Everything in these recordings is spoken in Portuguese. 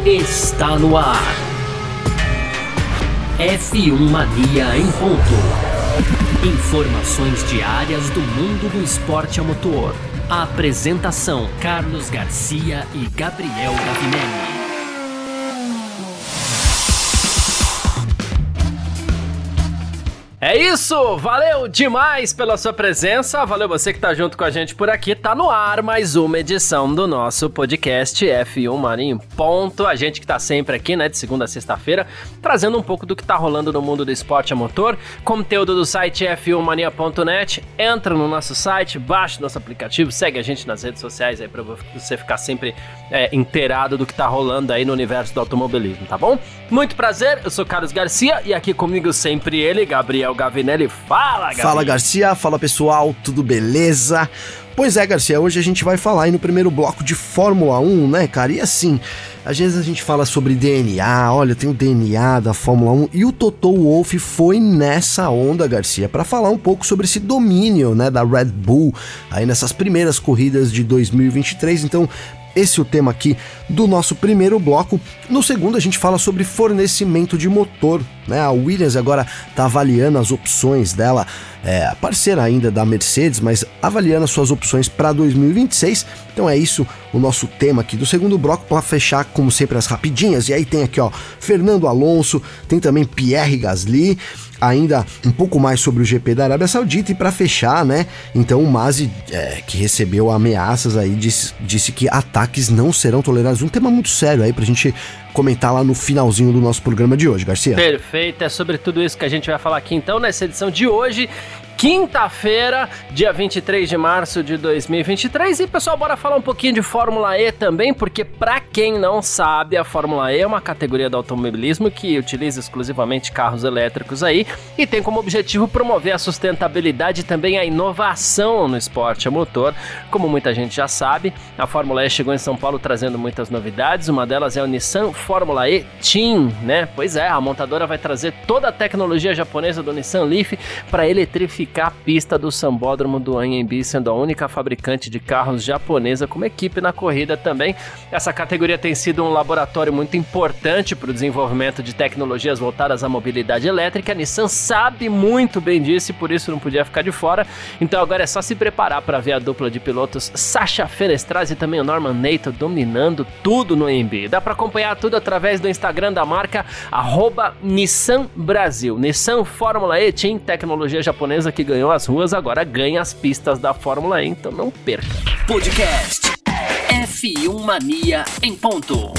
está no ar. F1 Mania em ponto. Informações diárias do mundo do esporte a motor. A apresentação: Carlos Garcia e Gabriel Gavinelli. É isso, valeu demais pela sua presença, valeu você que tá junto com a gente por aqui, tá no ar mais uma edição do nosso podcast F1 Mania em ponto, a gente que tá sempre aqui, né, de segunda a sexta-feira, trazendo um pouco do que tá rolando no mundo do esporte a motor, conteúdo do site f1mania.net, entra no nosso site, baixa o nosso aplicativo, segue a gente nas redes sociais aí pra você ficar sempre inteirado do que tá rolando aí no universo do automobilismo, tá bom? Muito prazer, eu sou Carlos Garcia e aqui comigo sempre ele, Gabriel Gavinelli. Fala, Gabi. Fala, Garcia. Fala, pessoal. Tudo beleza? Pois é, Garcia, hoje a gente vai falar aí no primeiro bloco de Fórmula 1, né, cara? E assim, às vezes a gente fala sobre DNA, olha, tem o DNA da Fórmula 1, e o Toto Wolff foi nessa onda, Garcia, para falar um pouco sobre esse domínio, né, da Red Bull aí nessas primeiras corridas de 2023, então esse é o tema aqui do nosso primeiro bloco. No segundo a gente fala sobre fornecimento de motor, né? A Williams agora está avaliando as opções dela, parceira ainda da Mercedes, mas avaliando as suas opções para 2026. Então é isso o nosso tema aqui do segundo bloco, para fechar como sempre as rapidinhas. E aí tem aqui, ó, Fernando Alonso, tem também Pierre Gasly, ainda um pouco mais sobre o GP da Arábia Saudita, e para fechar, né, então o Masi, que recebeu ameaças aí, disse que ataques não serão tolerados, um tema muito sério aí pra gente comentar lá no finalzinho do nosso programa de hoje, Garcia. Perfeito, é sobre tudo isso que a gente vai falar aqui então nessa edição de hoje, quinta-feira, dia 23 de março de 2023. E, pessoal, bora falar um pouquinho de Fórmula E também, porque pra quem não sabe, a Fórmula E é uma categoria do automobilismo que utiliza exclusivamente carros elétricos aí e tem como objetivo promover a sustentabilidade e também a inovação no esporte a motor. Como muita gente já sabe, a Fórmula E chegou em São Paulo trazendo muitas novidades, uma delas é o Nissan Fórmula E Team, né? Pois é, a montadora vai trazer toda a tecnologia japonesa do Nissan Leaf para eletrificar a pista do Sambódromo do Anhembi, sendo a única fabricante de carros japonesa como equipe na corrida também. Essa categoria tem sido um laboratório muito importante para o desenvolvimento de tecnologias voltadas à mobilidade elétrica. A Nissan sabe muito bem disso e por isso não podia ficar de fora. Então agora é só se preparar para ver a dupla de pilotos Sasha Fenestraz e também o Norman Nato dominando tudo no Anhembi. Dá para acompanhar tudo através do Instagram da marca, @Nissan Brasil. Nissan Fórmula E Team, tecnologia japonesa que ganhou as ruas, agora ganha as pistas da Fórmula E, então não perca. Podcast F1 Mania em ponto.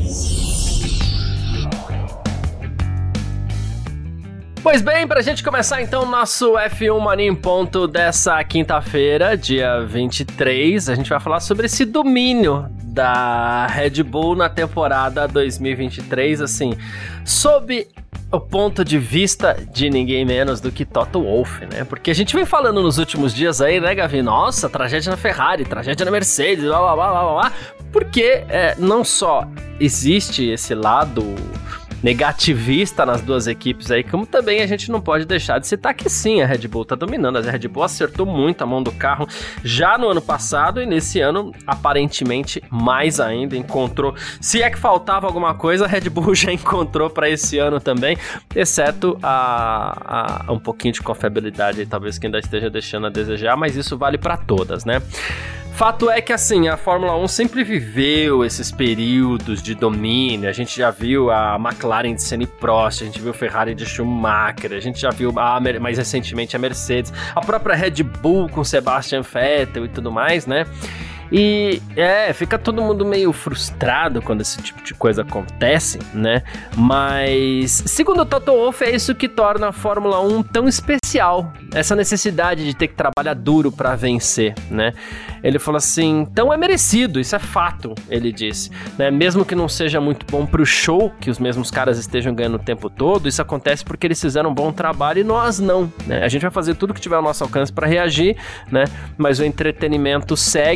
Pois bem, pra gente começar então o nosso F1 Mania em ponto dessa quinta-feira, dia 23, a gente vai falar sobre esse domínio da Red Bull na temporada 2023, assim, sob o ponto de vista de ninguém menos do que Toto Wolff, né? Porque a gente vem falando nos últimos dias aí, né, Gavi? Nossa, tragédia na Ferrari, tragédia na Mercedes, blá blá blá blá blá, porque não só existe esse lado negativista nas duas equipes aí, como também a gente não pode deixar de citar que sim, a Red Bull tá dominando, a Red Bull acertou muito a mão do carro já no ano passado e nesse ano, aparentemente, mais ainda, encontrou, se é que faltava alguma coisa, a Red Bull já encontrou para esse ano também, exceto um pouquinho de confiabilidade aí, talvez que ainda esteja deixando a desejar, mas isso vale para todas, né? Fato é que, assim, a Fórmula 1 sempre viveu esses períodos de domínio. A gente já viu a McLaren de Senna e Prost, a gente viu a Ferrari de Schumacher, a gente já viu mais recentemente a Mercedes, a própria Red Bull com Sebastian Vettel e tudo mais, né? E fica todo mundo meio frustrado quando esse tipo de coisa acontece, né? Mas, segundo o Toto Wolff, é isso que torna a Fórmula 1 tão especial. Essa necessidade de ter que trabalhar duro para vencer, né? Ele falou assim, então é merecido, isso é fato, ele disse, né? Mesmo que não seja muito bom pro show, que os mesmos caras estejam ganhando o tempo todo, isso acontece porque eles fizeram um bom trabalho e nós não, né? A gente vai fazer tudo que tiver ao nosso alcance para reagir, né? Mas o entretenimento segue, faz parte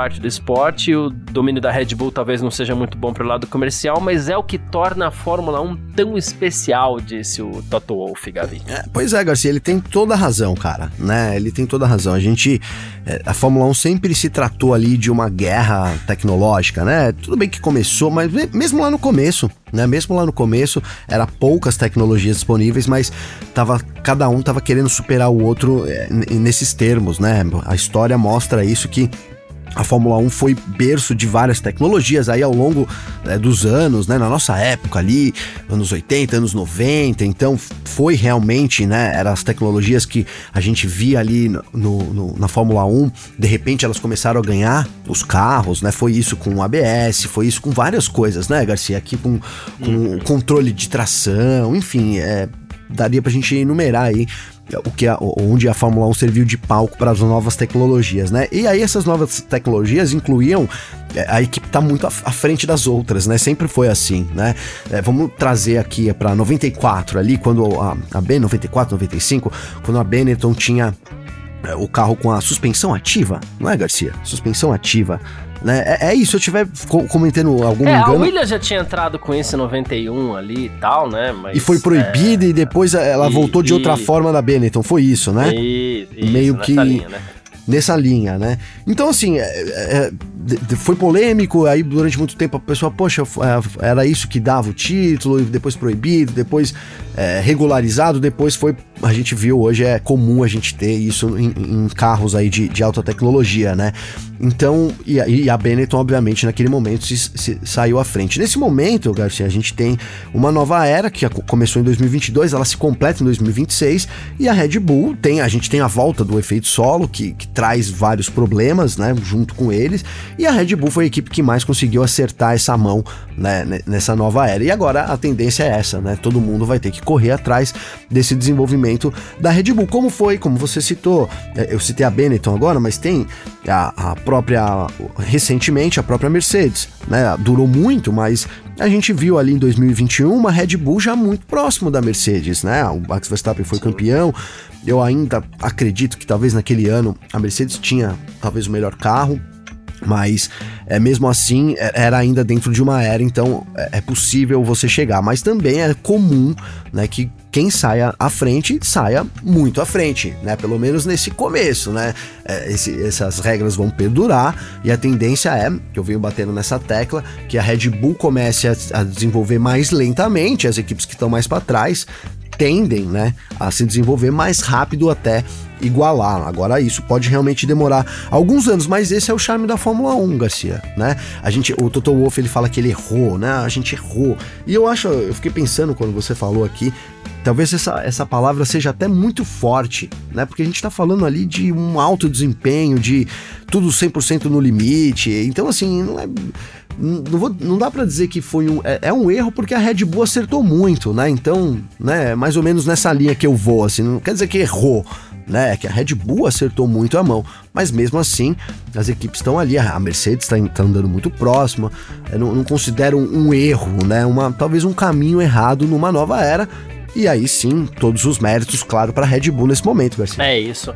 parte do esporte, o domínio da Red Bull talvez não seja muito bom pro lado comercial, mas é o que torna a Fórmula 1 tão especial, disse o Toto Wolff, Gavi. Pois é, Garcia, ele tem toda a razão, cara, né? Ele tem toda a razão. A Fórmula 1 sempre se tratou ali de uma guerra tecnológica, né? Tudo bem que começou, mas mesmo lá no começo, né? Mesmo lá no começo, era poucas tecnologias disponíveis, mas cada um tava querendo superar o outro nesses termos, né? A história mostra isso, que a Fórmula 1 foi berço de várias tecnologias aí ao longo dos anos, né? Na nossa época ali, anos 80, anos 90, então foi realmente, né? Eram as tecnologias que a gente via ali na Fórmula 1, de repente elas começaram a ganhar os carros, né? Foi isso com o ABS, foi isso com várias coisas, né, Garcia? Aqui com controle de tração, enfim, daria pra gente enumerar aí onde a Fórmula 1 serviu de palco para as novas tecnologias, né? E aí essas novas tecnologias incluíam a equipe tá muito à frente das outras, né? Sempre foi assim, né? Vamos trazer aqui para 94 ali, quando a B94, 95, quando a Benetton tinha o carro com a suspensão ativa, não é, Garcia? Suspensão ativa. Né? É isso, se eu estiver comentando algum engano... A Williams já tinha entrado com isso em 91 ali e tal, né? Mas, e foi proibida e depois ela voltou de outra forma da Benetton, foi isso, né? Isso, meio que linha, né? Nessa linha, né? Então, assim, foi polêmico, aí durante muito tempo a pessoa, poxa, era isso que dava o título, e depois proibido, depois regularizado, depois a gente viu, hoje é comum a gente ter isso em carros aí de alta tecnologia, né? Então, e a Benetton, obviamente, naquele momento se saiu à frente. Nesse momento, Garcia, a gente tem uma nova era que começou em 2022, ela se completa em 2026, e a Red Bull a gente tem a volta do efeito solo, que traz vários problemas, né, junto com eles, e a Red Bull foi a equipe que mais conseguiu acertar essa mão, né, nessa nova era. E agora a tendência é essa, né? Todo mundo vai ter que correr atrás desse desenvolvimento da Red Bull. Como você citou, eu citei a Benetton agora, mas tem recentemente a própria Mercedes, né? Durou muito, mas a gente viu ali em 2021 uma Red Bull já muito próximo da Mercedes, né? O Max Verstappen foi campeão. Eu ainda acredito que talvez naquele ano a Mercedes tinha talvez o melhor carro, mas mesmo assim era ainda dentro de uma era, então é possível você chegar, mas também é comum, né, que quem saia à frente, saia muito à frente, né, pelo menos nesse começo, né, essas regras vão perdurar, e a tendência que eu venho batendo nessa tecla, que a Red Bull comece a desenvolver mais lentamente, as equipes que estão mais para trás tendem, né, a se desenvolver mais rápido até igualar. Agora isso pode realmente demorar alguns anos, mas esse é o charme da Fórmula 1, Garcia, né? O Toto Wolff, ele fala que ele errou, né? A gente errou. E eu fiquei pensando quando você falou aqui, talvez essa palavra seja até muito forte, né? Porque a gente tá falando ali de um alto desempenho, de tudo 100% no limite. Então, assim, não dá pra dizer que foi um erro, porque a Red Bull acertou muito, né? Então, né, mais ou menos nessa linha que eu vou, assim, não quer dizer que errou, né? É que a Red Bull acertou muito a mão, mas mesmo assim as equipes estão ali, a Mercedes tá andando muito próxima. Eu não considero um erro, né? Talvez um caminho errado numa nova era. E aí sim, todos os méritos, claro, para a Red Bull nesse momento, Garcia. É isso.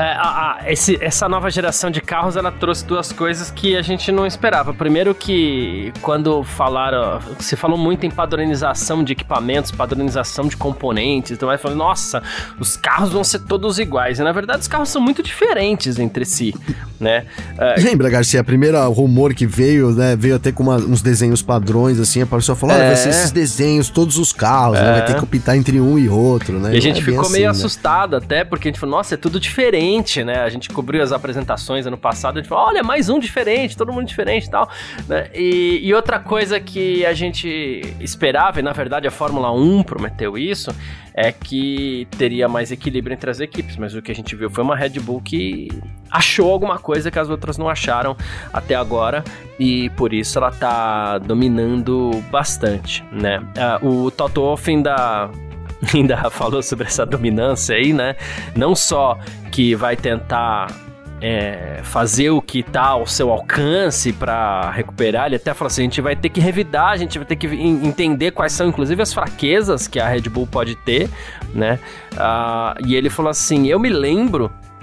Essa nova geração de carros, ela trouxe duas coisas que a gente não esperava. Primeiro que quando se falou muito em padronização de equipamentos, padronização de componentes, então vai falando, nossa, os carros vão ser todos iguais. E na verdade os carros são muito diferentes entre si, né? Lembra, Garcia, a primeira rumor que veio, né, veio até com uns desenhos padrões, assim, a pessoa falou, vai ser esses desenhos, todos os carros, né, vai ter que optar entre um e outro, né? E a gente ficou meio assustado até, porque a gente falou, nossa, é tudo diferente, né? A gente cobriu as apresentações ano passado, a gente falou, olha, mais um diferente, todo mundo diferente e tal, né? E outra coisa que a gente esperava, e na verdade a Fórmula 1 prometeu isso, é que teria mais equilíbrio entre as equipes, mas o que a gente viu foi uma Red Bull que achou alguma coisa que as outras não acharam até agora, e por isso ela tá dominando bastante, né? O Toto Wolff ainda falou sobre essa dominância aí, né? Não só que vai tentar fazer o que tá ao seu alcance para recuperar, ele até falou assim, a gente vai ter que revidar, a gente vai ter que entender quais são inclusive as fraquezas que a Red Bull pode ter, né? E ele falou assim, eu me lembro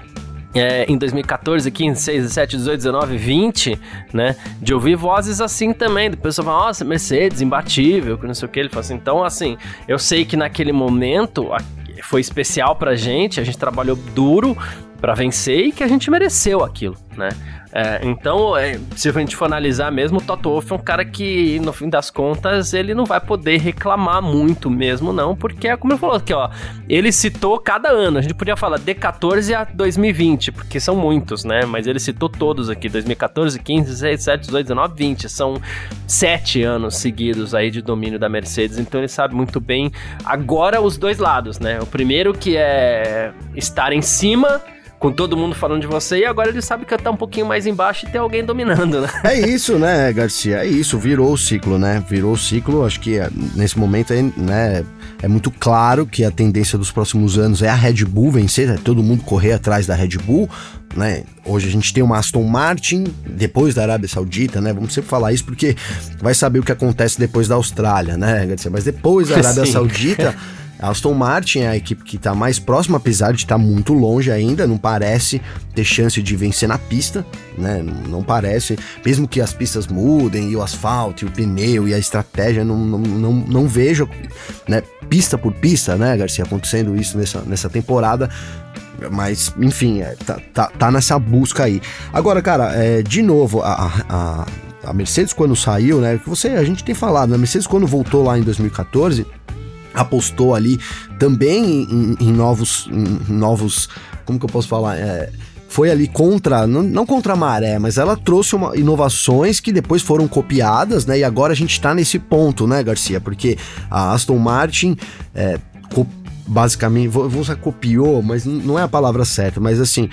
em 2014, 15, 16, 17, 18, 19, 20, né, de ouvir vozes assim também, do pessoal falar, nossa, Mercedes, imbatível, que não sei o que, ele fala assim, então assim, eu sei que naquele momento foi especial pra gente, a gente trabalhou duro pra vencer e que a gente mereceu aquilo, né. Então, se a gente for analisar mesmo, o Toto Wolff é um cara que, no fim das contas, ele não vai poder reclamar muito mesmo, não, porque é como ele falou aqui, ó, ele citou cada ano, a gente podia falar de 14 a 2020, porque são muitos, né, mas ele citou todos aqui, 2014, 15, 16, 17, 18, 19, 20, são 7 anos seguidos aí de domínio da Mercedes, então ele sabe muito bem agora os dois lados, né, o primeiro que é estar em cima, com todo mundo falando de você, e agora ele sabe que tá um pouquinho mais embaixo e tem alguém dominando, né? É isso, né, Garcia? É isso, virou o ciclo, né? Virou o ciclo, acho que nesse momento né, é muito claro que a tendência dos próximos anos é a Red Bull vencer, né? Todo mundo correr atrás da Red Bull, né? Hoje a gente tem uma Aston Martin, depois da Arábia Saudita, né? Vamos sempre falar isso porque vai saber o que acontece depois da Austrália, né, Garcia? Mas depois da Arábia Saudita... A Aston Martin é a equipe que está mais próxima, apesar de estar muito longe ainda, não parece ter chance de vencer na pista, né? Não parece, mesmo que as pistas mudem, e o asfalto, e o pneu, e a estratégia, não vejo, né, pista por pista, né, Garcia, acontecendo isso nessa temporada. Mas, enfim, tá nessa busca aí. Agora, cara, de novo, a Mercedes quando saiu, né, que a gente tem falado, né, a Mercedes quando voltou lá em 2014... apostou ali também em novos, como que eu posso falar, foi ali contra, não contra a maré, mas ela trouxe inovações que depois foram copiadas, né, e agora a gente tá nesse ponto, né, Garcia, porque a Aston Martin, basicamente, vou usar copiou, mas não é a palavra certa, mas assim,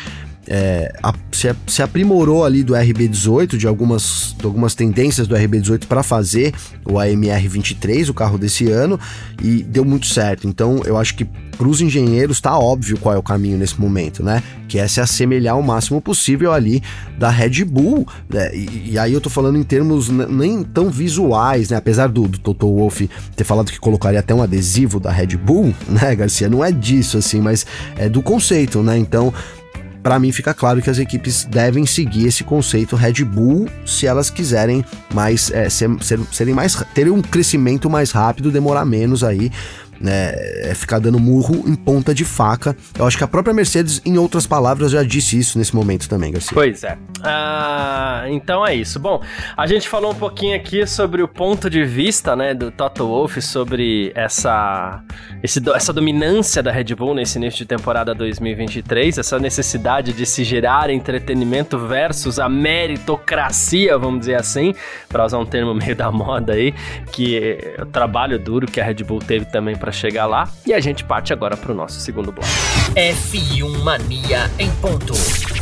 se aprimorou ali do RB18, de algumas tendências do RB18 para fazer o AMR23, o carro desse ano, e deu muito certo. Então eu acho que para os engenheiros tá óbvio qual é o caminho nesse momento, né? Que é se assemelhar o máximo possível ali da Red Bull, né? E aí eu tô falando em termos nem tão visuais, né? Apesar do Toto Wolff ter falado que colocaria até um adesivo da Red Bull, né, Garcia? Não é disso, assim, mas é do conceito, né? Então, para mim fica claro que as equipes devem seguir esse conceito Red Bull se elas quiserem mais terem um crescimento mais rápido, demorar menos aí, né, ficar dando murro em ponta de faca. Eu acho que a própria Mercedes, em outras palavras, já disse isso nesse momento também, Garcia. Pois é. Então é isso. Bom, a gente falou um pouquinho aqui sobre o ponto de vista, né, do Toto Wolff sobre essa dominância da Red Bull nesse início de temporada 2023, essa necessidade de se gerar entretenimento versus a meritocracia, vamos dizer assim, para usar um termo meio da moda aí, que é o trabalho duro que a Red Bull teve também para chegar lá. E a gente parte agora para o nosso segundo bloco. F1 Mania em ponto.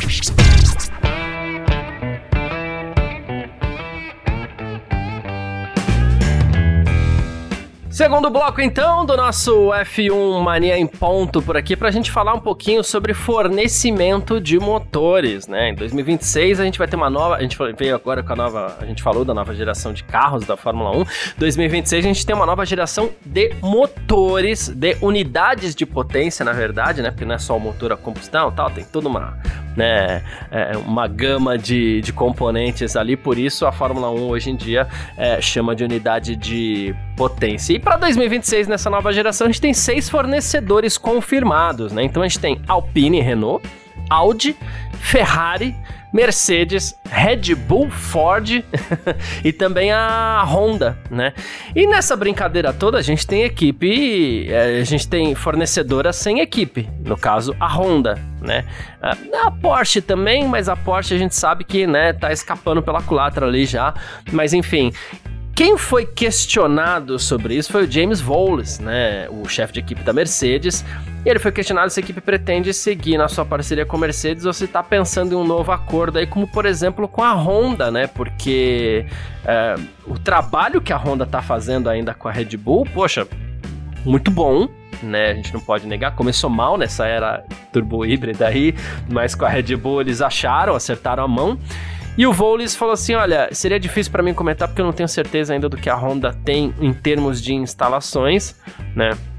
Segundo bloco, então, do nosso F1 Mania em ponto por aqui, pra gente falar um pouquinho sobre fornecimento de motores, né? Em 2026 a gente vai ter uma nova, a gente veio agora com a gente falou da nova geração de carros da Fórmula 1, 2026 a gente tem uma nova geração de motores, de unidades de potência, na verdade, né? Porque não é só o motor a combustão e tal, tem toda uma gama de componentes ali, por isso a Fórmula 1 hoje em dia chama de unidade de potência. E para 2026, nessa nova geração, a gente tem 6 fornecedores confirmados, né? Então a gente tem Alpine, Renault, Audi, Ferrari, Mercedes, Red Bull, Ford e também a Honda, né? E nessa brincadeira toda a gente tem a gente tem fornecedora sem equipe, no caso a Honda, né? A Porsche também, mas a Porsche a gente sabe que, né, tá escapando pela culatra ali já, mas enfim. Quem foi questionado sobre isso foi o James Vowles, né, o chefe de equipe da Mercedes. E ele foi questionado se a equipe pretende seguir na sua parceria com a Mercedes ou se está pensando em um novo acordo aí, como por exemplo com a Honda, né? Porque o trabalho que a Honda está fazendo ainda com a Red Bull, poxa, muito bom, né? A gente não pode negar, começou mal nessa era turbo híbrida aí, mas com a Red Bull eles acertaram a mão. E o Vowles falou assim, olha, seria difícil para mim comentar porque eu não tenho certeza ainda do que a Honda tem em termos de instalações, né?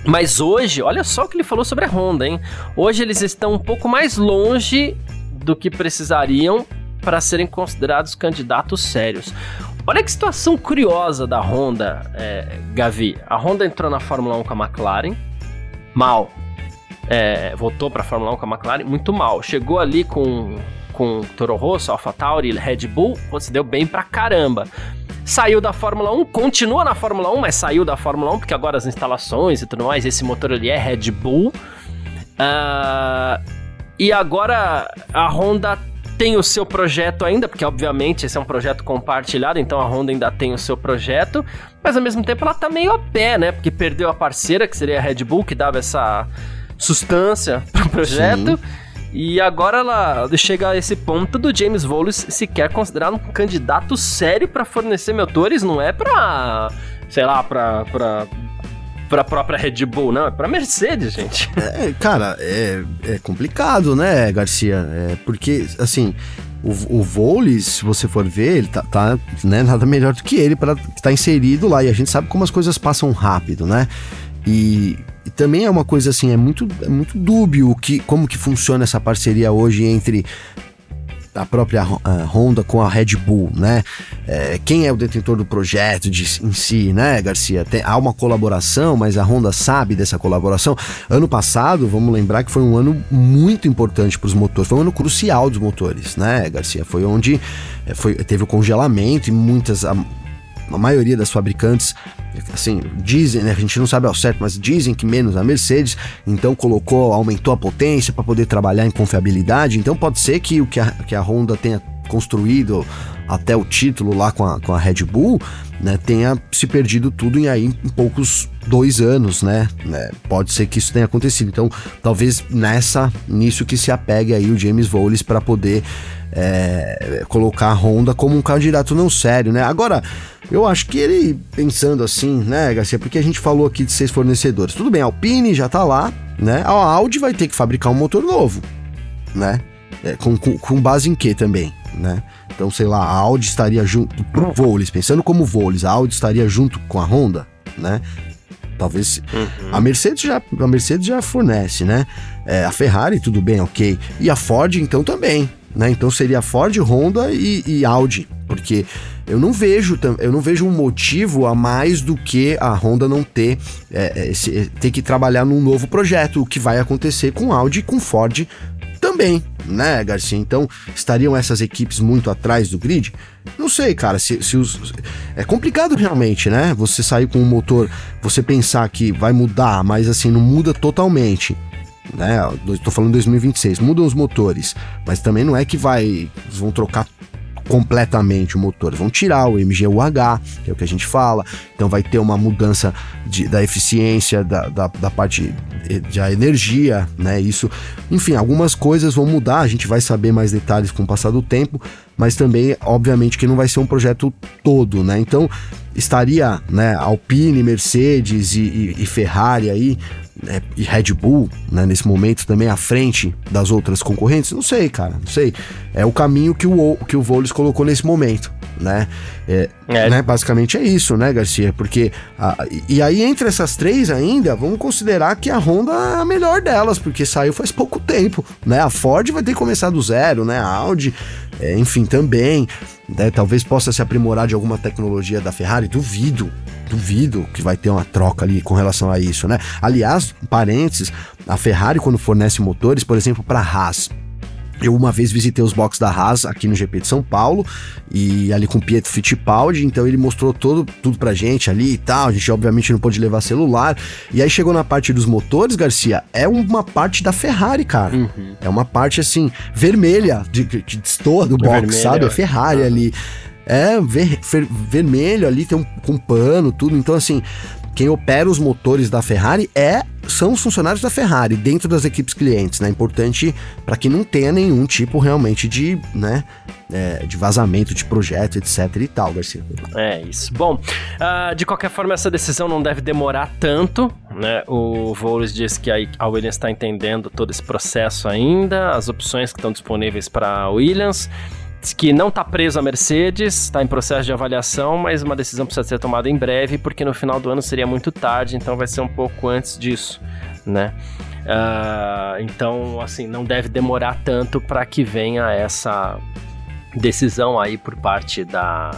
Mas hoje, olha só o que ele falou sobre a Honda, hein? Hoje eles estão um pouco mais longe do que precisariam para serem considerados candidatos sérios. Olha que situação curiosa da Honda, Gavi. A Honda entrou na Fórmula 1 com a McLaren, mal. Voltou para a Fórmula 1 com a McLaren, muito mal. Chegou ali com Toro Rosso, AlphaTauri, Red Bull, se deu bem pra caramba. Saiu da Fórmula 1, continua na Fórmula 1, mas saiu da Fórmula 1 porque agora as instalações e tudo mais, esse motor ali é Red Bull. E agora a Honda tem o seu projeto ainda, porque obviamente esse é um projeto compartilhado, então a Honda ainda tem o seu projeto, mas ao mesmo tempo ela tá meio a pé, né? Porque perdeu a parceira, que seria a Red Bull, que dava essa sustância pro projeto. Sim. E agora ela chega a esse ponto do James Vowles sequer considerar um candidato sério para fornecer motores, não é pra, sei lá, pra própria Red Bull, não, é pra Mercedes, gente. Cara, é complicado, né, Garcia? Porque, assim, o Vowles, se você for ver, ele tá né, nada melhor do que ele para estar inserido lá, e a gente sabe como as coisas passam rápido, né? E também é uma coisa assim, é muito dúbio como que funciona essa parceria hoje entre a própria Honda com a Red Bull, né? Quem é o detentor do projeto em si, né, Garcia? Há uma colaboração, mas a Honda sabe dessa colaboração. Ano passado, vamos lembrar que foi um ano muito importante para os motores, foi um ano crucial dos motores, né, Garcia? Foi onde teve o congelamento e a maioria das fabricantes, assim, dizem, né, a gente não sabe ao certo, mas dizem que menos a Mercedes, então aumentou a potência para poder trabalhar em confiabilidade, então pode ser que o que a Honda tenha construído até o título lá com a Red Bull, né, tenha se perdido tudo em poucos 2 anos, né? Pode ser que isso tenha acontecido, então talvez nisso que se apegue aí o James Vowles para poder colocar a Honda como um candidato não sério, né? Agora, eu acho que ele, pensando assim, né, Garcia, porque a gente falou aqui de 6 fornecedores, tudo bem, a Alpine já tá lá, né? A Audi vai ter que fabricar um motor novo, né? Com base em quê também, né? Então, sei lá, a Audi estaria junto pro Vowles, pensando como Vowles, a Audi estaria junto com a Honda, né? Talvez a Mercedes já fornece, né? A Ferrari, tudo bem, ok. E a Ford, então, também, né? Então seria Ford, Honda e Audi, porque eu não vejo um motivo a mais do que a Honda não ter que trabalhar num novo projeto, o que vai acontecer com Audi e com Ford também, né, Garcia? Então, estariam essas equipes muito atrás do grid? Não sei, cara, é complicado realmente, né? Você sair com um motor, você pensar que vai mudar, mas assim, não muda totalmente, né? Tô falando 2026, mudam os motores, mas também não é que vão trocar completamente o motor, vão tirar o MGU-H, que é o que a gente fala, então vai ter uma mudança da eficiência da parte da energia, né, isso, enfim, algumas coisas vão mudar, a gente vai saber mais detalhes com o passar do tempo, mas também, obviamente, que não vai ser um projeto todo, né, então estaria, né, Alpine, Mercedes e Ferrari aí, e Red Bull, né, nesse momento também à frente das outras concorrentes, não sei, cara, não sei, é o caminho que o Vowles colocou nesse momento, né, né, basicamente é isso, né, Garcia, porque, e aí entre essas 3 ainda, vamos considerar que a Honda é a melhor delas, porque saiu faz pouco tempo, né, a Ford vai ter que começar do zero, né, a Audi, enfim, também, né, talvez possa se aprimorar de alguma tecnologia da Ferrari, duvido que vai ter uma troca ali com relação a isso, né? Aliás, parênteses, a Ferrari quando fornece motores, por exemplo, para a Haas, eu uma vez visitei os boxes da Haas aqui no GP de São Paulo e ali com o Pietro Fittipaldi, então ele mostrou tudo pra gente ali e tal, a gente obviamente não pôde levar celular, e aí chegou na parte dos motores, Garcia, é uma parte da Ferrari, cara, é uma parte assim, vermelha, que destoa do box, vermelha, sabe, é Ferrari ali, vermelho ali, tem com pano, tudo, então assim, quem opera os motores da Ferrari são os funcionários da Ferrari dentro das equipes clientes, né? Importante para que não tenha nenhum tipo realmente de, né, de vazamento de projeto, etc e tal, Garcia. É isso. Bom, de qualquer forma essa decisão não deve demorar tanto, né? O Vowles diz que a Williams está entendendo todo esse processo ainda, as opções que estão disponíveis para a Williams. que não está preso à Mercedes, está em processo de avaliação, mas uma decisão precisa ser tomada em breve, porque no final do ano seria muito tarde, então vai ser um pouco antes disso, né? Então, assim, não deve demorar tanto para que venha essa decisão aí por parte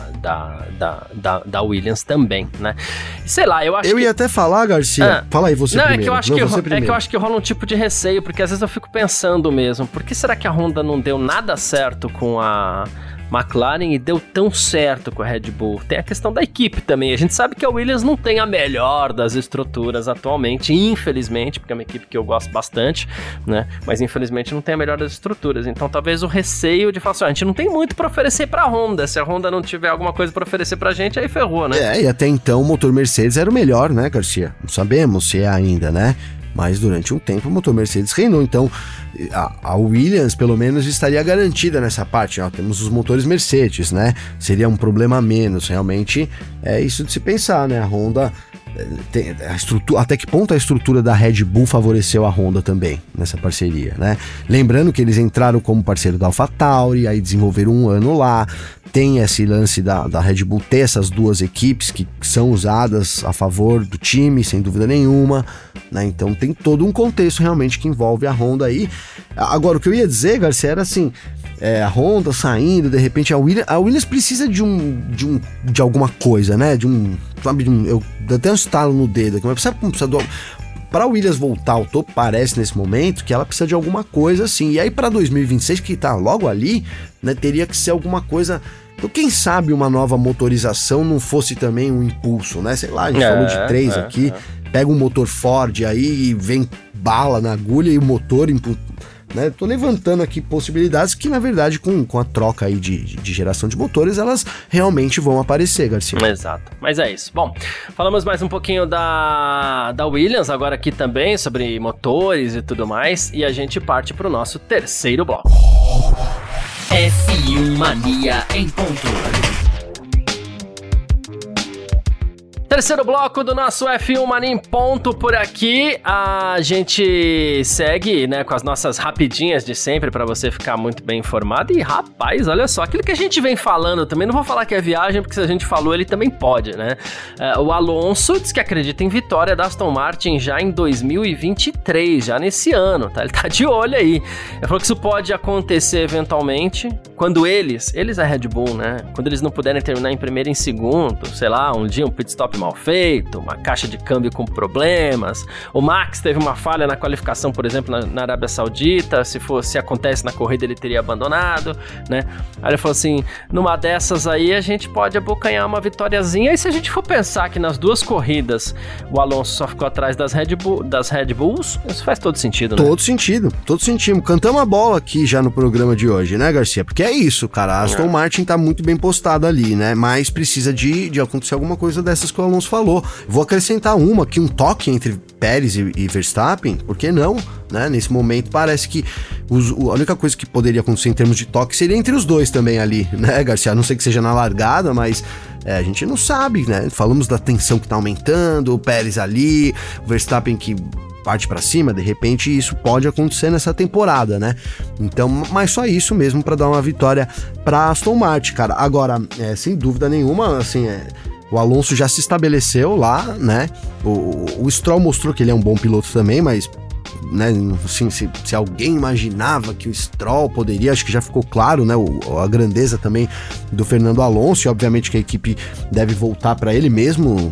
da Williams também, né? Sei lá, eu acho ia até falar, Garcia. Fala aí você primeiro. É que eu acho que rola um tipo de receio, porque às vezes eu fico pensando mesmo, por que será que a Honda não deu nada certo com a McLaren e deu tão certo com a Red Bull? Tem a questão da equipe também. A gente sabe que a Williams não tem a melhor das estruturas atualmente, infelizmente, porque é uma equipe que eu gosto bastante, né? Mas infelizmente não tem a melhor das estruturas. Então talvez o receio de falar assim, a gente não tem muito pra oferecer pra Honda. Se a Honda não tiver alguma coisa pra oferecer pra gente, aí ferrou, né? E até então o motor Mercedes era o melhor, né, Garcia? Não sabemos se é ainda, né? Mas durante um tempo o motor Mercedes reinou, então a Williams pelo menos estaria garantida nessa parte, ó, temos os motores Mercedes, né, seria um problema a menos, realmente é isso de se pensar, né, a Honda tem a estrutura, até que ponto a estrutura da Red Bull favoreceu a Honda também nessa parceria, né? Lembrando que eles entraram como parceiro da AlphaTauri, aí desenvolveram um ano lá, tem esse lance da Red Bull ter essas duas equipes que são usadas a favor do time, sem dúvida nenhuma, né? Então tem todo um contexto realmente que envolve a Honda aí. Agora, o que eu ia dizer, Garcia, era assim, a Honda saindo, de repente a Williams precisa de alguma coisa, né? Eu até um estalo no dedo aqui, mas precisa para a Williams voltar ao topo, parece nesse momento que ela precisa de alguma coisa assim. E aí para 2026, que tá logo ali, né, teria que ser alguma coisa. Então quem sabe uma nova motorização não fosse também um impulso, né? Sei lá, a gente falou de 3 aqui, pega um motor Ford aí e vem bala na agulha e o motor né? Tô levantando aqui possibilidades que, na verdade, com a troca aí de geração de motores, elas realmente vão aparecer, Garcia. Exato, mas é isso. Bom, falamos mais um pouquinho da Williams, agora aqui também, sobre motores e tudo mais, e a gente parte pro nosso terceiro bloco. F1 Mania em ponto. Terceiro bloco do nosso F1 Mania em ponto por aqui. A gente segue, né, com as nossas rapidinhas de sempre para você ficar muito bem informado. E rapaz, olha só, aquilo que a gente vem falando também, não vou falar que é viagem, porque se a gente falou, ele também pode, né? O Alonso diz que acredita em vitória da Aston Martin já em 2023, já nesse ano, tá? Ele tá de olho aí. Ele falou que isso pode acontecer eventualmente quando eles é Red Bull, né? Quando eles não puderem terminar em primeiro e em segundo, sei lá, um dia um pit stop mal feito, uma caixa de câmbio com problemas. O Max teve uma falha na qualificação, por exemplo, na Arábia Saudita. Se acontece na corrida, ele teria abandonado, né? Aí ele falou assim, numa dessas aí a gente pode abocanhar uma vitóriazinha. E se a gente for pensar que nas duas corridas o Alonso só ficou atrás das Red Bulls, isso faz todo sentido, né? Todo sentido. Cantamos a bola aqui já no programa de hoje, né, Garcia? Porque é isso, cara. A Aston Martin tá muito bem postada ali, né? Mas precisa de acontecer alguma coisa dessas que o Alonso falou. Vou acrescentar um toque entre Pérez e Verstappen, por que não? Né? Nesse momento parece que a única coisa que poderia acontecer em termos de toque seria entre os dois também ali, né, Garcia? A não ser que seja na largada, mas a gente não sabe, né? Falamos da tensão que tá aumentando, o Pérez ali, o Verstappen que parte pra cima, de repente isso pode acontecer nessa temporada, né? Então, mas só isso mesmo para dar uma vitória pra Aston Martin, cara. Agora, sem dúvida nenhuma, assim, o Alonso já se estabeleceu lá, né? O Stroll mostrou que ele é um bom piloto também, mas, né, assim, se alguém imaginava que o Stroll poderia, acho que já ficou claro, né, a grandeza também do Fernando Alonso, e obviamente que a equipe deve voltar para ele mesmo,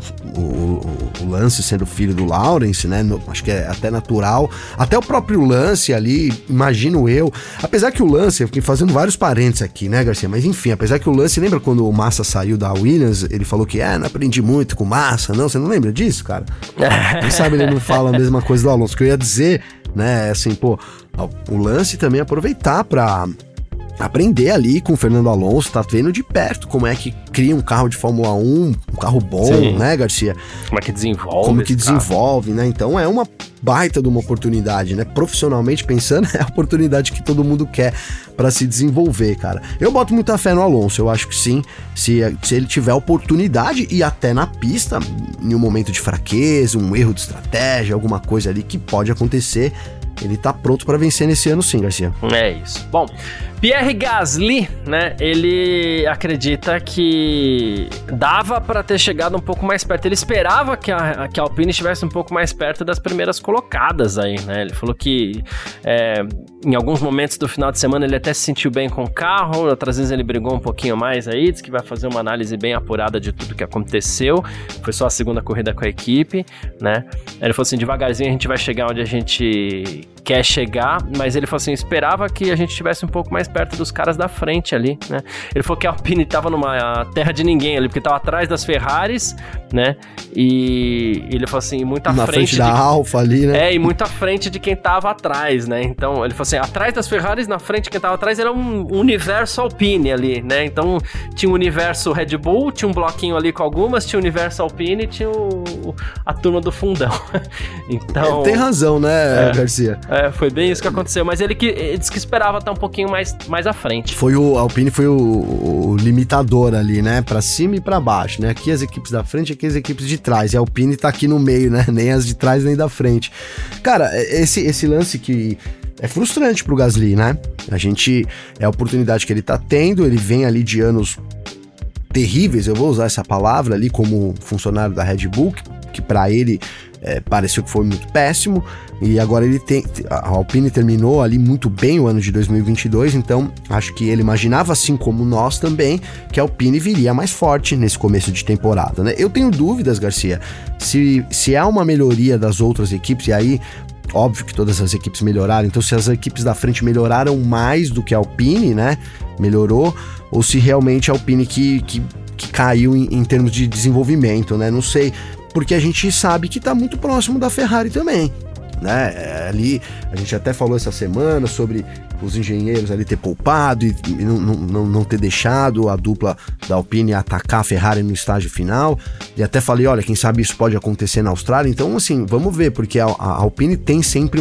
o Lance sendo filho do Lawrence, né, acho que é até natural, até o próprio Lance ali, imagino eu, apesar que o Lance, eu fiquei fazendo vários parênteses aqui, né, Garcia, mas enfim, apesar que o Lance, lembra quando o Massa saiu da Williams, ele falou que, não aprendi muito com o Massa, não, você não lembra disso, cara? Quem sabe ele não fala a mesma coisa do Alonso, que eu ia dizer, né, assim, pô, o Lance também aproveitar pra aprender ali com o Fernando Alonso, tá vendo de perto como é que cria um carro de Fórmula 1, um carro bom, sim, né, Garcia? Como é que desenvolve, né? Então é uma baita de uma oportunidade, né? Profissionalmente pensando, é a oportunidade que todo mundo quer pra se desenvolver, cara. Eu boto muita fé no Alonso, eu acho que sim, se ele tiver oportunidade e até na pista, em um momento de fraqueza, um erro de estratégia, alguma coisa ali que pode acontecer, ele tá pronto pra vencer nesse ano sim, Garcia. É isso. Bom, Pierre Gasly, né, ele acredita que dava para ter chegado um pouco mais perto. Ele esperava que a Alpine estivesse um pouco mais perto das primeiras colocadas aí, né? Ele falou que em alguns momentos do final de semana ele até se sentiu bem com o carro, outras vezes ele brigou um pouquinho mais aí, disse que vai fazer uma análise bem apurada de tudo que aconteceu. Foi só a segunda corrida com a equipe, né? Ele falou assim, devagarzinho a gente vai chegar onde a gente quer chegar, mas ele falou assim, esperava que a gente estivesse um pouco mais perto dos caras da frente ali, né? Ele falou que a Alpine tava numa terra de ninguém ali, porque tava atrás das Ferraris, né? E ele falou assim, muito à frente da Alfa ali, né? E muito à frente de quem tava atrás, né? Então, ele falou assim, atrás das Ferraris, na frente de quem tava atrás, era um universo Alpine ali, né? Então, tinha um universo Red Bull, tinha um bloquinho ali com algumas, tinha o universo Alpine e tinha a turma do fundão. Então... Tem razão, né, Garcia? Foi bem isso que aconteceu, mas ele disse que esperava estar um pouquinho mais à frente. A Alpine foi o limitador ali, né? Pra cima e pra baixo, né? Aqui as equipes da frente, aqui as equipes de trás. E a Alpine tá aqui no meio, né? Nem as de trás, nem da frente. Cara, esse lance que é frustrante pro Gasly, né? É a oportunidade que ele tá tendo, ele vem ali de anos terríveis, eu vou usar essa palavra ali como funcionário da Red Bull, que pra ele pareceu que foi muito péssimo, e agora a Alpine terminou ali muito bem o ano de 2022, então acho que ele imaginava, assim como nós também, que a Alpine viria mais forte nesse começo de temporada, né? Eu tenho dúvidas, Garcia, se há uma melhoria das outras equipes, e aí óbvio que todas as equipes melhoraram, então se as equipes da frente melhoraram mais do que a Alpine, né, melhorou, ou se realmente a Alpine que caiu em termos de desenvolvimento, né, não sei, porque a gente sabe que tá muito próximo da Ferrari também, né, ali a gente até falou essa semana sobre os engenheiros ali ter poupado e não ter deixado a dupla da Alpine atacar a Ferrari no estágio final, e até falei, olha, quem sabe isso pode acontecer na Austrália, então assim, vamos ver, porque a Alpine tem sempre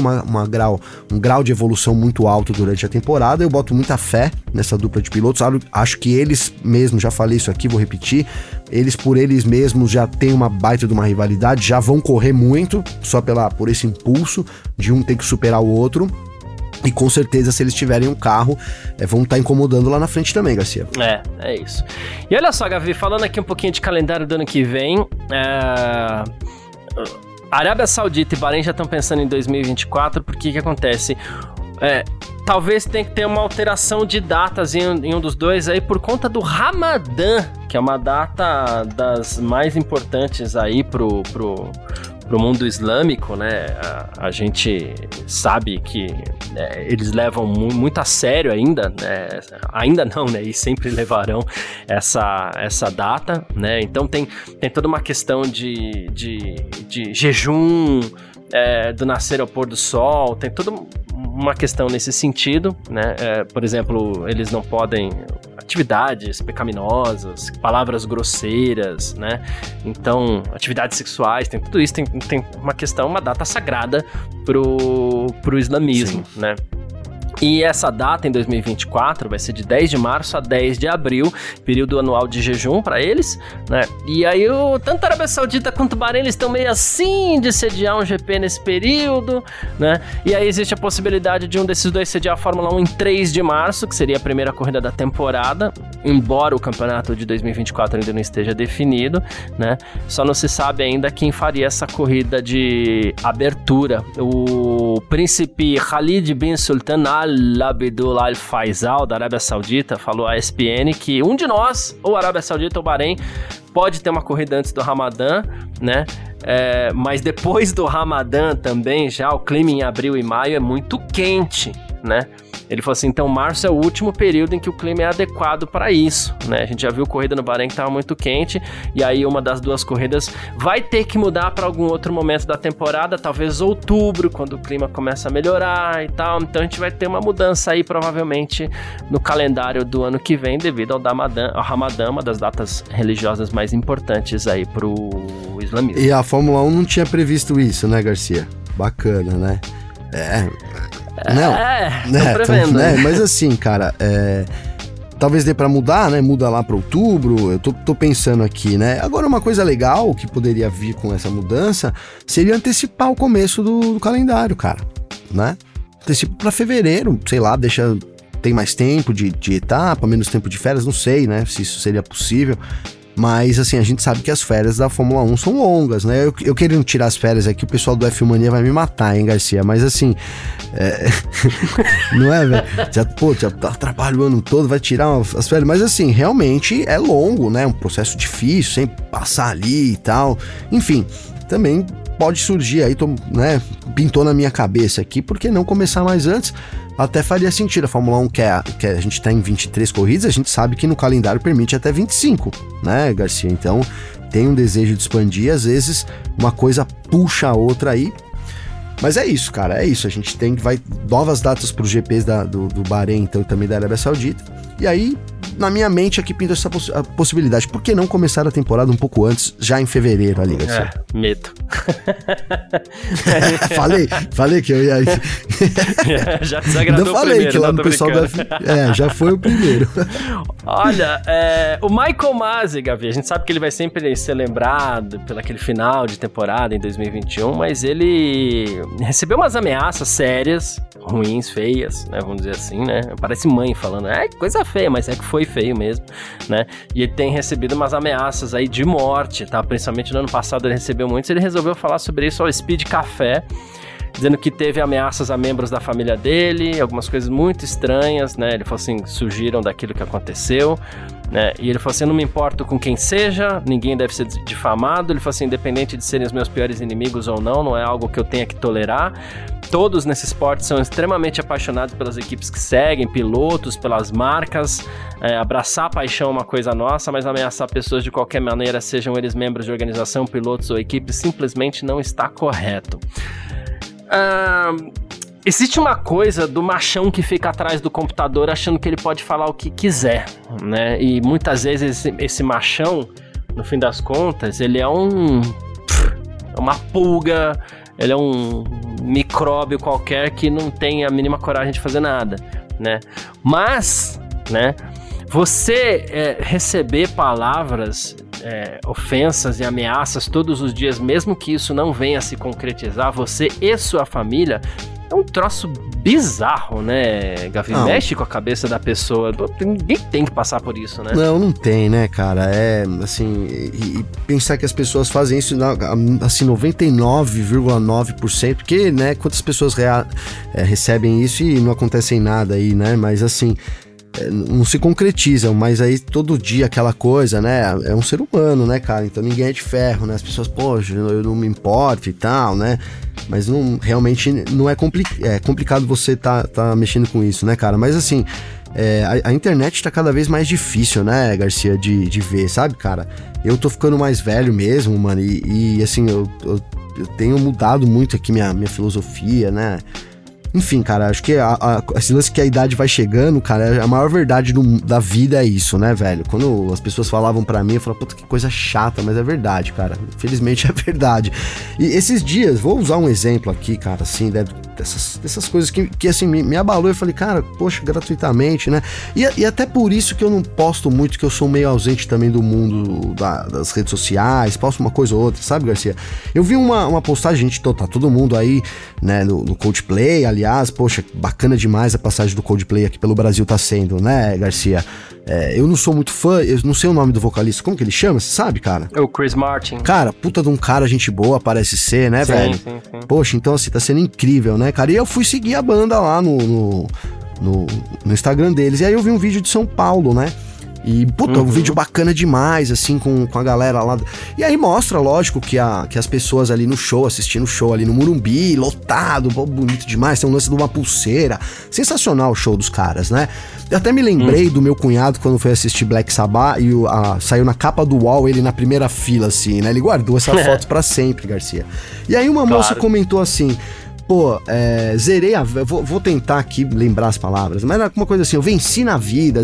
um grau de evolução muito alto durante a temporada, eu boto muita fé nessa dupla de pilotos, acho que eles mesmos, já falei isso aqui, vou repetir, eles por eles mesmos já tem uma baita de uma rivalidade, já vão correr muito, só por esse impulso de um ter que superar o outro, e com certeza, se eles tiverem um carro, vão estar incomodando lá na frente também, Garcia. É isso. E olha só, Gavi, falando aqui um pouquinho de calendário do ano que vem, Arábia Saudita e Bahrein já estão pensando em 2024, porque o que acontece? Talvez tenha que ter uma alteração de datas em um dos dois aí por conta do Ramadã, que é uma data das mais importantes aí pro mundo islâmico, né? A gente sabe que eles levam muito a sério ainda, né? Ainda não, né? E sempre levarão essa data, né? Então tem toda uma questão de jejum, do nascer ao pôr do sol, tem toda uma questão nesse sentido, né? Por exemplo, eles não podem atividades pecaminosas, palavras grosseiras, né? Então, atividades sexuais, tem tudo isso, tem uma data sagrada pro islamismo, sim, né? E essa data, em 2024, vai ser de 10 de março a 10 de abril, período anual de jejum para eles, né? E aí, tanto a Arábia Saudita quanto o Bahrein, eles estão meio assim de sediar um GP nesse período, né? E aí existe a possibilidade de um desses dois sediar a Fórmula 1 em 3 de março, que seria a primeira corrida da temporada, embora o campeonato de 2024 ainda não esteja definido, né? Só não se sabe ainda quem faria essa corrida de abertura. O príncipe Khalid bin Sultan Al-Abdul Al-Faisal, da Arábia Saudita, falou à ESPN que um de nós, ou Arábia Saudita ou Bahrein, pode ter uma corrida antes do Ramadã, né? Mas depois do Ramadã também, já o clima em abril e maio é muito quente, né? Ele falou assim, então março é o último período em que o clima é adequado para isso, né? A gente já viu corrida no Bahrein que estava muito quente, e aí uma das duas corridas vai ter que mudar para algum outro momento da temporada, talvez outubro, quando o clima começa a melhorar e tal. Então a gente vai ter uma mudança aí provavelmente no calendário do ano que vem, devido ao Ramadã, uma das datas religiosas mais importantes aí pro islamismo. E a Fórmula 1 não tinha previsto isso, né, Garcia? Bacana, né? Prevendo. Mas assim, cara, talvez dê pra mudar, né? Muda lá pra outubro, eu tô pensando aqui, né? Agora, uma coisa legal que poderia vir com essa mudança seria antecipar o começo do calendário, cara, né? Antecipa pra fevereiro, sei lá, deixa tem mais tempo de etapa, menos tempo de férias, não sei, né, se isso seria possível. Mas, assim, a gente sabe que as férias da Fórmula 1 são longas, né? Eu querendo tirar as férias aqui, o pessoal do F1 Mania vai me matar, hein, Garcia? Mas, assim, não é, velho? Já tá trabalho o ano todo, vai tirar as férias. Mas, assim, realmente é longo, né? Um processo difícil, sem passar ali e tal. Enfim, também pode surgir aí, né? Pintou na minha cabeça aqui, por que não começar mais antes? Até faria sentido. A Fórmula 1 que a gente tá em 23 corridas, a gente sabe que no calendário permite até 25, né, Garcia? Então, tem um desejo de expandir, às vezes uma coisa puxa a outra aí. Mas é isso, cara, é isso. A gente vai novas datas pros GPs do Bahrein, então, e também da Arábia Saudita. E aí, na minha mente aqui pinta essa possibilidade. Por que não começar a temporada um pouco antes, já em fevereiro ali, Garcia? Medo. falei que eu ia... Já desagradou. Não falei que lá no pessoal da... já foi o primeiro. Olha, o Michael Masi, Gavi, a gente sabe que ele vai sempre ser lembrado pelo aquele final de temporada em 2021, mas ele recebeu umas ameaças sérias, ruins, feias, né, vamos dizer assim, né? Parece mãe falando, coisa feia, mas é que foi feio mesmo, né? E ele tem recebido umas ameaças aí de morte, tá? Principalmente no ano passado ele recebeu muitos, ele resolveu falar sobre isso ao Speed Café, dizendo que teve ameaças a membros da família dele, algumas coisas muito estranhas, né? Ele falou assim, surgiram daquilo que aconteceu, né? E ele falou assim, eu não me importo com quem seja, ninguém deve ser difamado. Ele falou assim, independente de serem os meus piores inimigos ou não é algo que eu tenha que tolerar. Todos nesse esporte são extremamente apaixonados pelas equipes que seguem, pilotos, pelas marcas. Abraçar a paixão é uma coisa nossa, mas ameaçar pessoas de qualquer maneira, sejam eles membros de organização, pilotos ou equipes, simplesmente não está correto. Existe uma coisa do machão que fica atrás do computador achando que ele pode falar o que quiser, né? E muitas vezes esse machão, no fim das contas, ele é uma pulga, ele é um micróbio qualquer que não tem a mínima coragem de fazer nada, né? Mas, né, você receber palavras, ofensas e ameaças todos os dias, mesmo que isso não venha a se concretizar, você e sua família, é um troço bizarro, né, Gavi? Mexe com a cabeça da pessoa. Ninguém tem que passar por isso, né? Não tem, né, cara? Assim, e pensar que as pessoas fazem isso, assim, 99,9%, porque, né, quantas pessoas recebem isso e não acontecem nada aí, né? Mas, assim, não se concretizam, mas aí todo dia aquela coisa, né? É um ser humano, né, cara? Então ninguém é de ferro, né? As pessoas, poxa, eu não me importo e tal, né? Mas realmente não é complicado você tá mexendo com isso, né, cara? Mas assim, a internet tá cada vez mais difícil, né, Garcia, de ver, sabe, cara? Eu tô ficando mais velho mesmo, mano, e assim, eu tenho mudado muito aqui minha filosofia, né? Enfim, cara, acho que esse lance que a idade vai chegando, cara, a maior verdade da vida é isso, né, velho? Quando as pessoas falavam pra mim, eu falava, puta, que coisa chata, mas é verdade, cara. Infelizmente é verdade. E esses dias, vou usar um exemplo aqui, cara, assim, dessas coisas que assim, me abalou. Eu falei, cara, poxa, gratuitamente, né? E até por isso que eu não posto muito, que eu sou meio ausente também do mundo das redes sociais, posto uma coisa ou outra, sabe, Garcia? Eu vi uma postagem, gente, tá todo mundo aí, né, no Coldplay, aliás, poxa, bacana demais a passagem do Coldplay aqui pelo Brasil tá sendo, né, Garcia? Eu não sou muito fã, eu não sei o nome do vocalista, como que ele chama, você sabe, cara? É o Chris Martin. Cara, puta de um cara, gente boa, parece ser, né, velho? Sim. Poxa, então assim, tá sendo incrível, né, cara? E eu fui seguir a banda lá no Instagram deles, e aí eu vi um vídeo de São Paulo, né? E, puta, um vídeo bacana demais, assim, com a galera lá. E aí mostra, lógico, que as pessoas ali no show, assistindo o show ali no Morumbi, lotado, bonito demais, tem um lance de uma pulseira. Sensacional o show dos caras, né? Eu até me lembrei do meu cunhado quando foi assistir Black Sabbath e saiu na capa do UOL ele na primeira fila, assim, né? Ele guardou essa foto pra sempre, Garcia. E aí uma moça comentou assim... Pô, zerei vou tentar aqui lembrar as palavras, mas era uma coisa assim, eu venci na vida,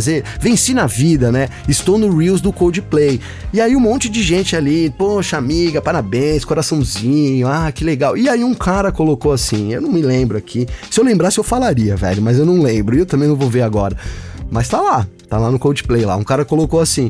né? Estou no Reels do Coldplay. E aí um monte de gente ali, poxa, amiga, parabéns, coraçãozinho, que legal. E aí um cara colocou assim, eu não me lembro aqui, se eu lembrasse eu falaria, velho, mas eu não lembro, e eu também não vou ver agora. Mas tá lá no Coldplay lá, um cara colocou assim,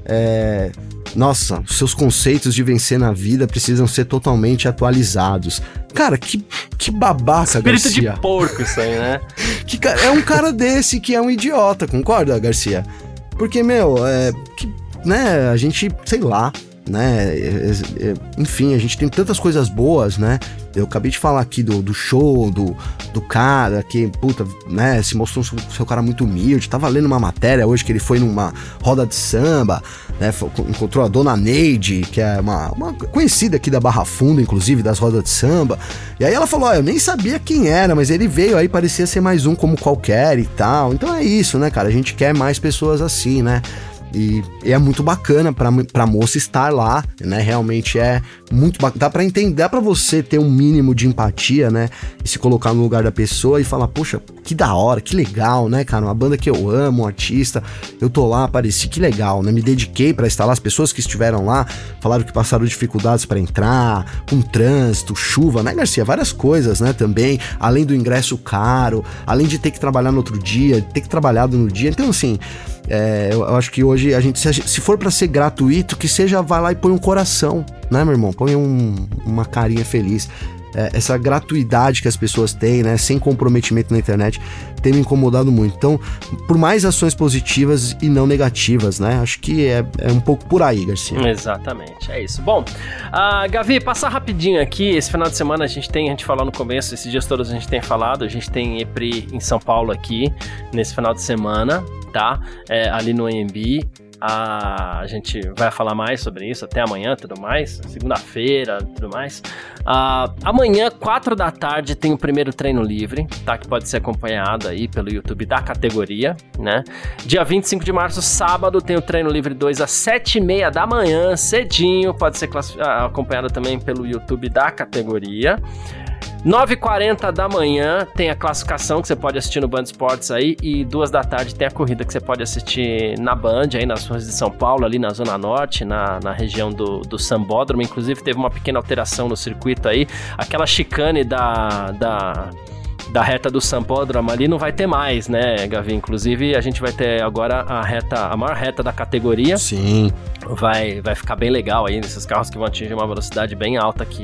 nossa, seus conceitos de vencer na vida precisam ser totalmente atualizados. Cara, que babaca, Espírito Garcia. de porco isso aí, né? É um cara desse que é um idiota, concorda, Garcia? Porque, meu, né, a gente, sei lá, né, enfim, a gente tem tantas coisas boas, né? Eu acabei de falar aqui do show, do cara que, puta, né, se mostrou um cara muito humilde. Tava lendo uma matéria hoje que ele foi numa roda de samba, né, encontrou a dona Neide, que é uma conhecida aqui da Barra Funda, inclusive, das rodas de samba. E aí ela falou, eu nem sabia quem era, mas ele veio aí, parecia ser mais um como qualquer e tal. Então é isso, né, cara, a gente quer mais pessoas assim, né? E é muito bacana pra moça estar lá, né? Realmente é muito bacana. Dá pra entender, dá pra você ter um mínimo de empatia, né? E se colocar no lugar da pessoa e falar, poxa, que da hora, que legal, né, cara? Uma banda que eu amo, um artista, eu tô lá, apareci, que legal, né? Me dediquei pra estar lá. As pessoas que estiveram lá falaram que passaram dificuldades pra entrar, com trânsito, chuva, né, Garcia? Várias coisas, né, também. Além do ingresso caro, além de ter que trabalhar no outro dia, ter que trabalhar no dia. Então, assim, eu acho que hoje a gente, se for pra ser gratuito, que seja, vai lá e põe um coração, né, meu irmão? Põe uma carinha feliz. Essa gratuidade que as pessoas têm, né, sem comprometimento na internet, tem me incomodado muito. Então, por mais ações positivas e não negativas, né? Acho que é um pouco por aí, Garcia. Exatamente, é isso. Bom, Gavi, passar rapidinho aqui. Esse final de semana a gente falou no começo, esses dias todos a gente tem falado, a gente tem EPRI em São Paulo aqui, nesse final de semana, tá? Ali no AMB. A gente vai falar mais sobre isso até amanhã, tudo mais, segunda-feira, tudo mais. Amanhã, 4 da tarde, tem o primeiro treino livre, tá? Que pode ser acompanhado aí pelo YouTube da categoria, né? Dia 25 de março, sábado, tem o treino livre 2 às 7h30 da manhã, cedinho, pode ser acompanhado também pelo YouTube da categoria. 9h40 da manhã tem a classificação que você pode assistir no Band Esportes aí, e 2 da tarde tem a corrida que você pode assistir na Band, aí nas ruas de São Paulo, ali na Zona Norte, na região do Sambódromo. Inclusive teve uma pequena alteração no circuito aí, aquela chicane da reta do Sambódromo ali não vai ter mais, né, Gavi? Inclusive a gente vai ter agora a maior reta da categoria. Sim. Vai ficar bem legal aí, nesses carros que vão atingir uma velocidade bem alta aqui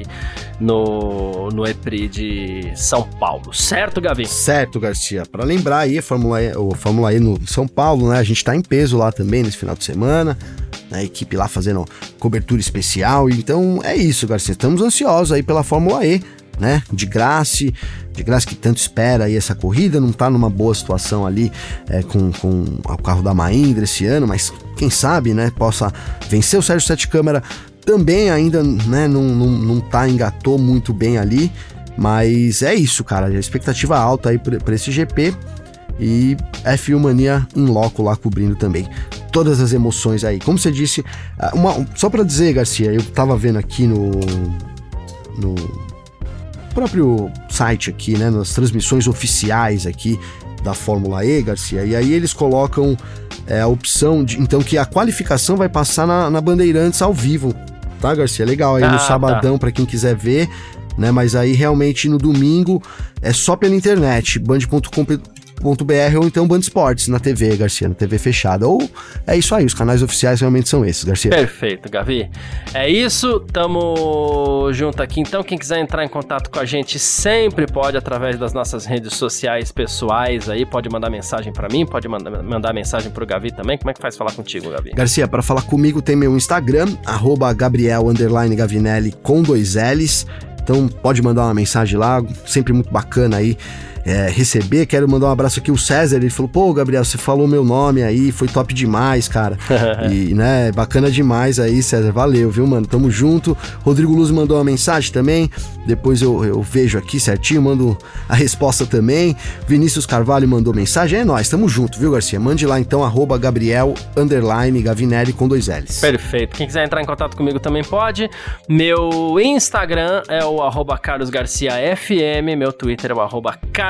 no EPRI de São Paulo. Certo, Gavi? Certo, Garcia. Para lembrar aí, o Fórmula E no São Paulo, né? A gente tá em peso lá também nesse final de semana. A equipe lá fazendo cobertura especial. Então é isso, Garcia. Estamos ansiosos aí pela Fórmula E, né? De Graça que tanto espera aí essa corrida, não tá numa boa situação ali com o carro da Mahindra esse ano, mas quem sabe, né, possa vencer. O Sérgio Sete Câmara também ainda, né, não engatou muito bem ali, mas é isso, cara, a expectativa alta aí pra esse GP, e F1 Mania in loco lá cobrindo também todas as emoções aí. Como você disse, só pra dizer, Garcia, eu tava vendo aqui no próprio site aqui, né, nas transmissões oficiais aqui da Fórmula E, Garcia, e aí eles colocam a opção de, então, que a qualificação vai passar na Bandeirantes ao vivo, tá, Garcia? Legal, aí no sabadão, pra quem quiser ver, né, mas aí realmente no domingo é só pela internet, band.com.br ou então Band Esportes na TV, Garcia, na TV fechada. Ou é isso aí, os canais oficiais realmente são esses, Garcia. Perfeito, Gavi. É isso, tamo junto aqui. Então, quem quiser entrar em contato com a gente sempre pode, através das nossas redes sociais pessoais aí, pode mandar mensagem pra mim, pode mandar mensagem pro Gavi também. Como é que faz falar contigo, Gavi? Garcia, para falar comigo tem meu Instagram, @Gabriel_Gavinelli com 2 L's. Então pode mandar uma mensagem lá, sempre muito bacana aí receber. Quero mandar um abraço aqui, o César, ele falou, pô, Gabriel, você falou meu nome aí, foi top demais, cara. E, né, bacana demais aí, César, valeu, viu, mano, tamo junto. Rodrigo Luz mandou uma mensagem também, depois eu vejo aqui certinho, mando a resposta também. Vinícius Carvalho mandou mensagem, é nóis, tamo junto, viu, Garcia? Mande lá então, @Gabriel_Gavinelli com 2 L's. Perfeito, quem quiser entrar em contato comigo também pode. Meu Instagram é o @CarlosGarciaFM, meu Twitter é o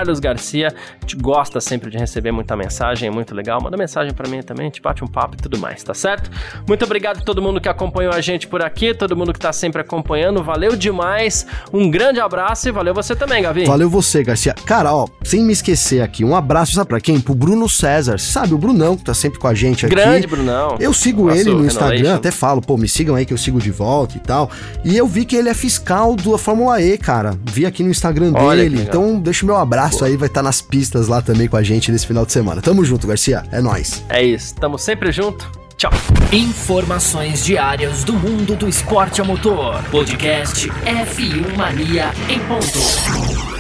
Carlos Garcia. A gente gosta sempre de receber muita mensagem, é muito legal. Manda mensagem pra mim também, a gente bate um papo e tudo mais, tá certo? Muito obrigado a todo mundo que acompanhou a gente por aqui, todo mundo que tá sempre acompanhando, valeu demais, um grande abraço e valeu você também, Gavi. Valeu você, Garcia. Cara, ó, sem me esquecer aqui, um abraço, sabe pra quem? Pro Bruno César, sabe, o Brunão que tá sempre com a gente aqui. Grande Brunão. Eu sigo ele no Instagram, até falo, pô, me sigam aí que eu sigo de volta e tal. E eu vi que ele é fiscal da Fórmula E, cara. Vi aqui no Instagram dele, então deixa o meu abraço aí, vai estar nas pistas lá também com a gente nesse final de semana. Tamo junto, Garcia, é nóis. É isso, tamo sempre junto. Tchau. Informações diárias do mundo do esporte a motor. Podcast F1 Mania em ponto.